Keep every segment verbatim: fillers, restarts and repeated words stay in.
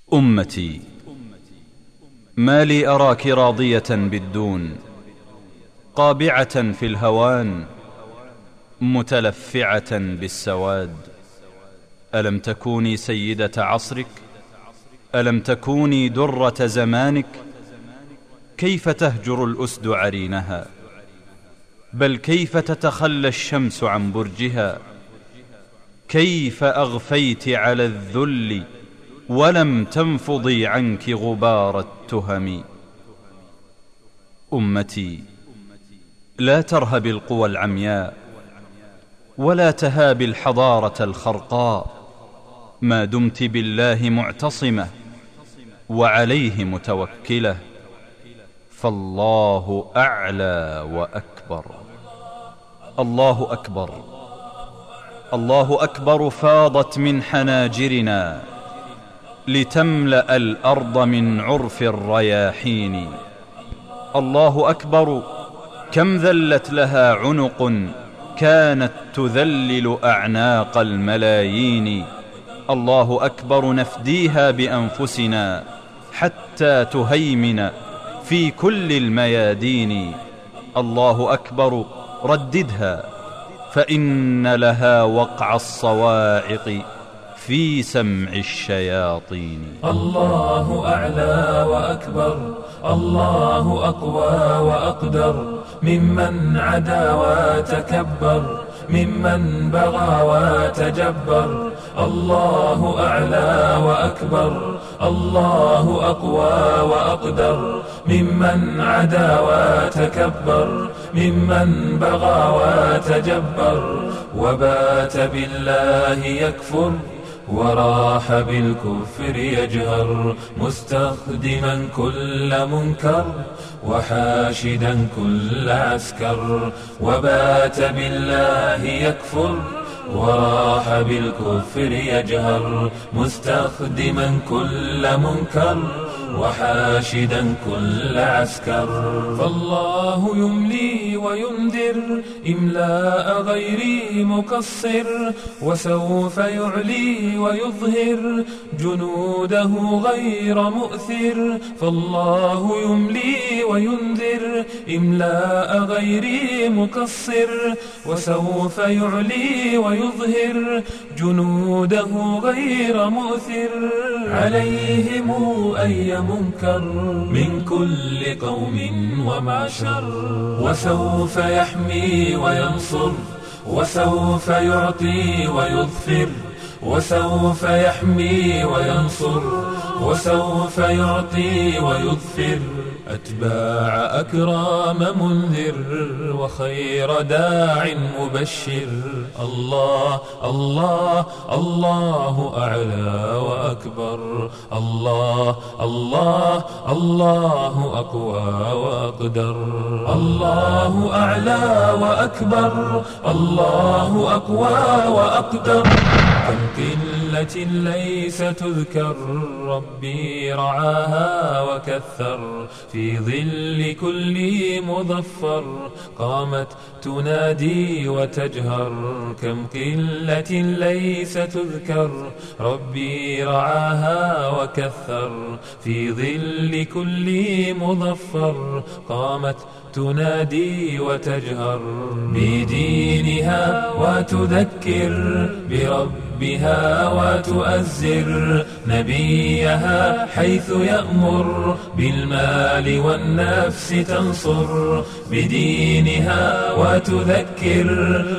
أمتي، ما لي أراك راضية بالدون، قابعة في الهوان، متلفعة بالسواد. ألم تكوني سيدة عصرك؟ ألم تكوني درة زمانك؟ كيف تهجر الأسد عرينها؟ بل كيف تتخلى الشمس عن برجها؟ كيف أغفيت على الذل ولم تنفضي عنك غبار التهم؟ أمتي، لا ترهب القوى العمياء ولا تهاب الحضارة الخرقاء، ما دمت بالله معتصمة وعليه متوكلة، فالله أعلى وأكبر. الله أكبر، الله أكبر فاضت من حناجرنا لتملأ الأرض من عرف الرياحين. الله أكبر، كم ذلت لها عنق كانت تذلل أعناق الملايين. الله أكبر، نفديها بأنفسنا حتى تهيمن في كل الميادين. الله أكبر، رددها فإن لها وقع الصواعق في سمع الشياطين. الله أعلى وأكبر، الله أقوى وأقدر ممن عدا وتكبر، ممن بغى وتجبر. الله أعلى وأكبر، الله أقوى وأقدر ممن عدا وتكبر، ممن بغى وتجبر. وبات بالله يكفر وراح بالكفر يجهر، مستخدما كل منكر وحاشدا كل عسكر. وبات بالله يكفر وراح بالكفر يجهر، مستخدما كل منكر وحاشدا كل عسكر. فالله يملي وينذر إملاء غيري مقصر، وسوف يعلي ويظهر جنوده غير مؤثر. فالله يملي وينذر إملاء غيري مقصر، وسوف يعلي ويظهر جنوده غير مؤثر. عليهم أي منكر من كل قوم ومعشر، وسوف يحمي وينصر، وسوف يعطي ويظفر. وسوف يحمي وينصر، وسوف يعطي ويظفر. أتباع أكرام منذر وخير داع مبشر. الله الله الله أعلى وأكبر، الله الله الله أقوى وأقدر. الله أعلى وأكبر، الله أقوى وأقدر. كم قلة ليس تذكر ربي رعاها وكثر، في ظل كل مظفر قامت تنادي وتجهر. كم قلة ليس تذكر ربي رعاها وكثر، في ظل كل مظفر قامت تنادي وتجهر. بدينها وتذكر بربها وتؤزر نبيها، حيث يأمر بالمال والنفس تنصر. بدينها وتذكر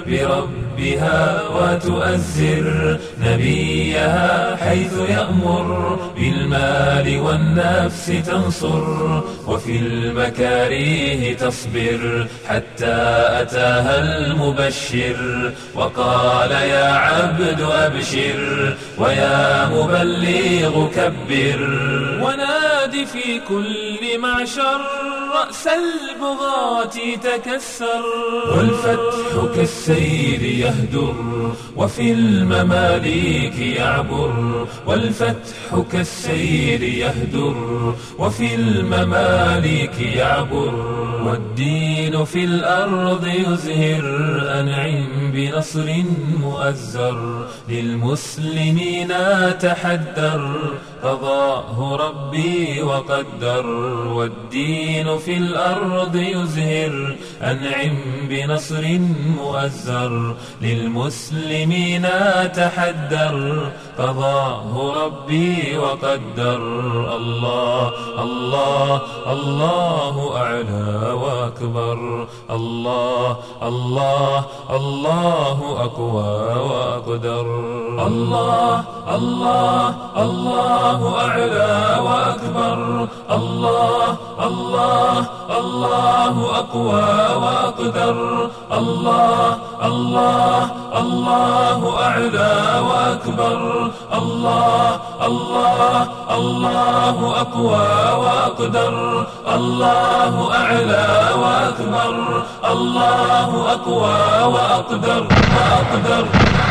بربها وتؤزر نبيها، حيث يأمر بالمال والنفس تنصر. وفي المكاريه تصبر حتى أتاها المبشر، وقال يا عبد أبشر ويا مبلغ كبر. ونادي في كل معشر رأس البغاة تكسر. والفتح كالسير يهدر وفي المماليك يعبر، والفتح كالسير يهدر وفي المماليك يعبر. والدين في الأرض يزهر، أنعم بنصر مؤزر للمسلمين تحدر. قضاه ربي وقدر، والدين في الأرض يزهر. أنعم بنصر مؤزر، للمسلمين تحدر، قضاه ربي وقدر. الله الله الله أعلى وأكبر، الله الله الله أقوى وأقدر. الله الله الله أعلى وأكبر، الله الله الله أقوى وأقدر. الله الله الله أعلى وأكبر، الله الله الله أقوى وأقدر. الله أعلى وأكبر، الله أقوى وأقدر وأقدر.